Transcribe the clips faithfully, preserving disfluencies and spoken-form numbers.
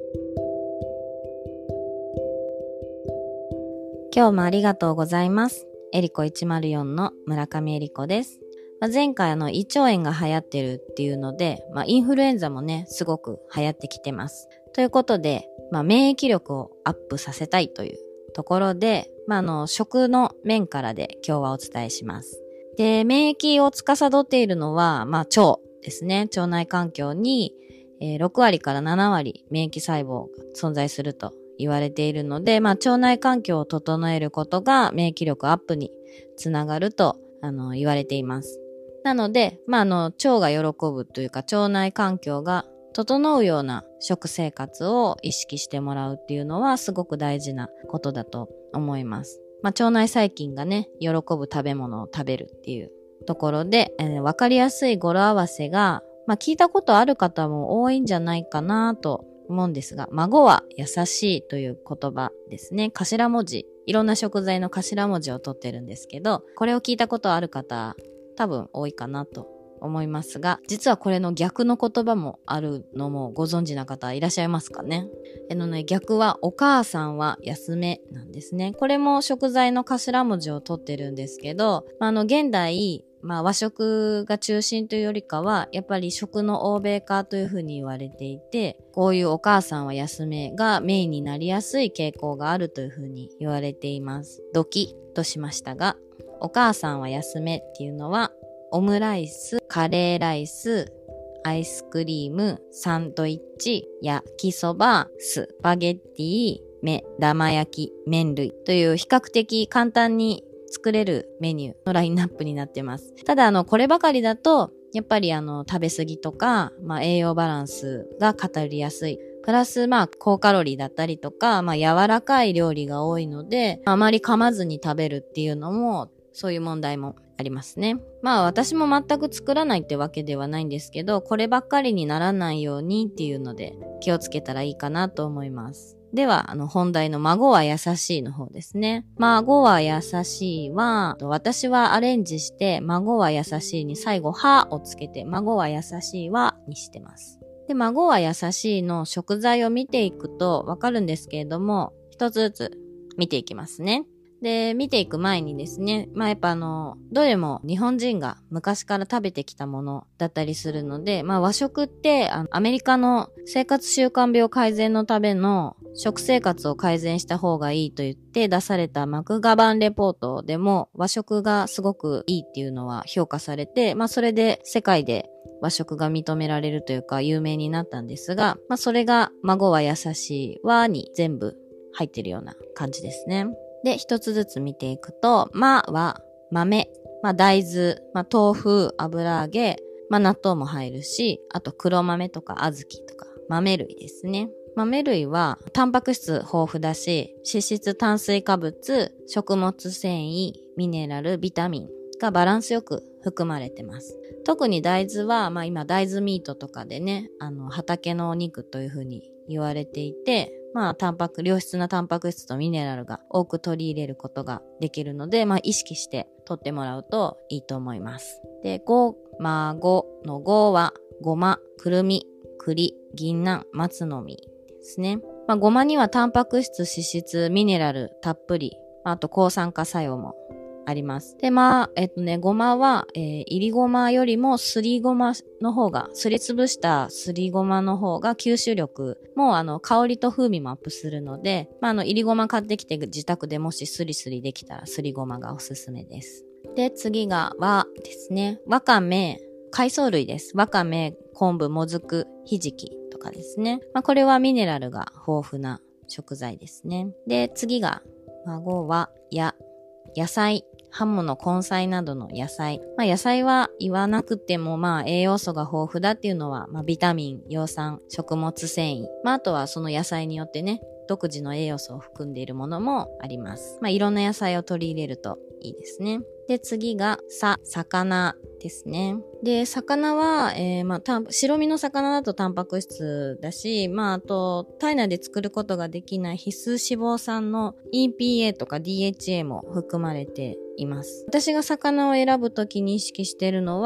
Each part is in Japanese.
今日もありがとうございます。エリコいちまるよんの村上エリコです。まあ、前回あの胃腸炎が流行ってるっていうので、まあ、インフルエンザもね、すごく流行ってきてます。ということで、まあ、免疫力をアップさせたいというところで、まあ、あの食の面からで今日はお伝えします。で、免疫を司っているのは、まあ、腸ですね。腸内環境に、えー、ろくわりからななわり免疫細胞が存在すると言われているので、まあ、腸内環境を整えることが免疫力アップにつながるとあの言われています。なので、まあ、あの腸が喜ぶというか、腸内環境が整うような食生活を意識してもらうっていうのはすごく大事なことだと思います。まあ、腸内細菌がね、喜ぶ食べ物を食べるっていうところで、えー、わかりやすい語呂合わせが、まあ、聞いたことある方も多いんじゃないかなと思うんですが、孫は優しいという言葉ですね。頭文字、いろんな食材の頭文字を取ってるんですけど、これを聞いたことある方多分多いかなと思いますが、実はこれの逆の言葉もあるのもご存知な方いらっしゃいますかね。あのね、逆はお母さんは休めなんですね。これも食材の頭文字を取ってるんですけど、あの現代まあ和食が中心というよりかは、やっぱり食の欧米化というふうに言われていて、こういうお母さんは休めがメインになりやすい傾向があるというふうに言われています。ドキッとしましたが、お母さんは休めっていうのは、オムライス、カレーライス、アイスクリーム、サンドイッチ、焼きそば、スパゲッティ、目玉焼き、麺類という比較的簡単に作れるメニューのラインナップになってます。ただあのこればかりだとやっぱりあの食べ過ぎとか、まあ、栄養バランスが偏りやすい。プラスまあ高カロリーだったりとか、まあ柔らかい料理が多いので、あまり噛まずに食べるっていうのもそういう問題もありますね。まあ私も全く作らないってわけではないんですけど、こればっかりにならないようにっていうので気をつけたらいいかなと思います。では、あの本題の孫は優しいの方ですね。孫は優しいは、私はアレンジして孫は優しいに最後はをつけて孫は優しいはにしてます。で、孫は優しいの食材を見ていくとわかるんですけれども、一つずつ見ていきますね。で、見ていく前にですね、まあやっぱあの、どれも日本人が昔から食べてきたものだったりするので、まあ和食ってあのアメリカの生活習慣病改善のための食生活を改善した方がいいと言って出されたマクガバンレポートでも和食がすごくいいっていうのは評価されて、まあそれで世界で和食が認められるというか有名になったんですが、まあそれが孫は優しい和に全部入ってるような感じですね。で、一つずつ見ていくと、まは豆、まあ大豆、まあ豆腐、油揚げ、まあ納豆も入るし、あと黒豆とか小豆とか豆類ですね。豆類はタンパク質豊富だし、脂質、炭水化物、食物繊維、ミネラル、ビタミンがバランスよく含まれてます。特に大豆は、まあ今大豆ミートとかでね、あの畑のお肉というふうに言われていて、まあ、タンパク、良質なタンパク質とミネラルが多く取り入れることができるので、まあ、意識して取ってもらうといいと思います。で、ご、まごのごは、ごま、くるみ、栗、銀杏、松の実ですね。まあ、ごまにはタンパク質、脂質、ミネラルたっぷり、あと抗酸化作用もあります。で、まあ、えっとね、ごまは、えー、いりごまよりもすりごまの方が、すりつぶしたすりごまの方が吸収力も、あの、香りと風味もアップするので、まあ、あの、いりごま買ってきて自宅でもしすりすりできたらすりごまがおすすめです。で、次が和ですね。わかめ、海藻類です。わかめ、昆布、もずく、ひじきとかですね。まあ、これはミネラルが豊富な食材ですね。で、次が、孫は、や、野菜。ハモの根菜などの野菜。まあ野菜は言わなくてもまあ栄養素が豊富だっていうのは、まあビタミン、葉酸、食物繊維。まああとはその野菜によってね、独自の栄養素を含んでいるものもあります。まあいろんな野菜を取り入れるといいですね。で、次が、さ、魚ですね。で、魚は、えー、まあ、た白身の魚だとタンパク質だし、まあ、あと、体内で作ることができない必須脂肪酸の イーピーエー とか ディーエイチエー も含まれています。私が魚を選ぶときに意識しているのは、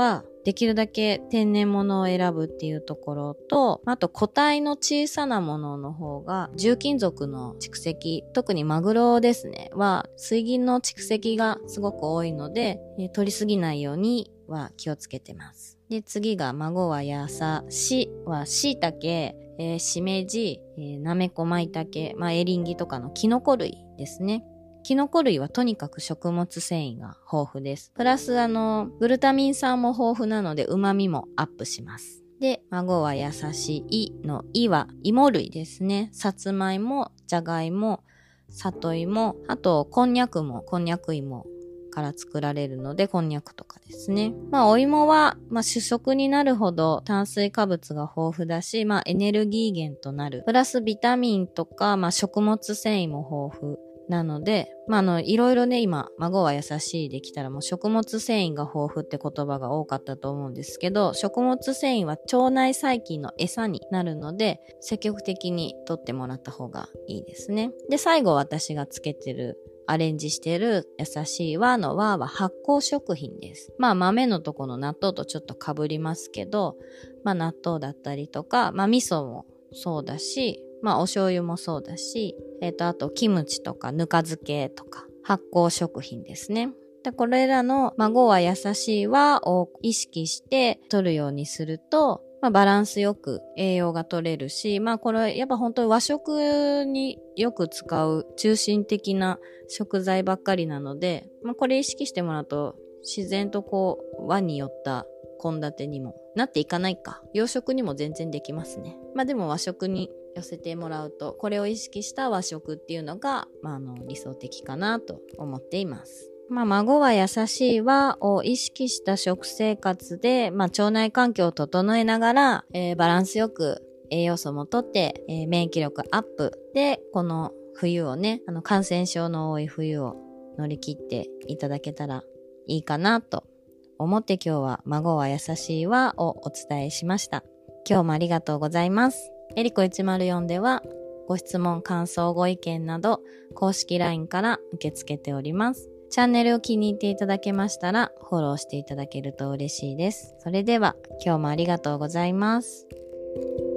できるだけ天然物を選ぶっていうところと、あと個体の小さなものの方が重金属の蓄積、特にマグロですねは水銀の蓄積がすごく多いので、えー、取りすぎないようには気をつけてます。で、次が孫はやさしは椎茸、えー、しめじ、えー、なめこまいたけ、まあ、エリンギとかのキノコ類ですね。キノコ類はとにかく食物繊維が豊富です。プラスあの、グルタミン酸も豊富なので旨味もアップします。で、孫は優しいのいは芋類ですね。さつまいも、じゃがいも、里芋、あとこんにゃくもこんにゃく芋から作られるのでこんにゃくとかですね。まあお芋は、まあ、主食になるほど炭水化物が豊富だし、まあエネルギー源となる。プラスビタミンとか、まあ食物繊維も豊富。なので、まあ、あの、いろいろね、今、孫は優しいできたらもう食物繊維が豊富って言葉が多かったと思うんですけど、食物繊維は腸内細菌の餌になるので、積極的に取ってもらった方がいいですね。で、最後私がつけてる、アレンジしてる優しい和の和は発酵食品です。まあ豆のとこの納豆とちょっと被りますけど、まあ納豆だったりとか、まあ味噌もそうだし、まあお醤油もそうだし、えっとあとキムチとかぬか漬けとか発酵食品ですね。でこれらの孫は優しい和を意識して取るようにすると、まあ、バランスよく栄養が取れるし、まあこれやっぱ本当に和食によく使う中心的な食材ばっかりなので、まあこれ意識してもらうと自然とこう和によった献立にもなっていかないか。洋食にも全然できますね。まあでも和食に寄せてもらうと、これを意識した和食っていうのが、まあ、あの理想的かなと思っています。まあ、孫は優しい和を意識した食生活で、まあ、腸内環境を整えながら、えー、バランスよく栄養素もとって、えー、免疫力アップで、この冬をね、あの感染症の多い冬を乗り切っていただけたらいいかなと思って今日は孫は優しい和をお伝えしました。今日もありがとうございます。エリコいちまるよんではご質問、感想、ご意見など公式 ライン から受け付けております。チャンネルを気に入っていただけましたらフォローしていただけると嬉しいです。それでは今日もありがとうございます。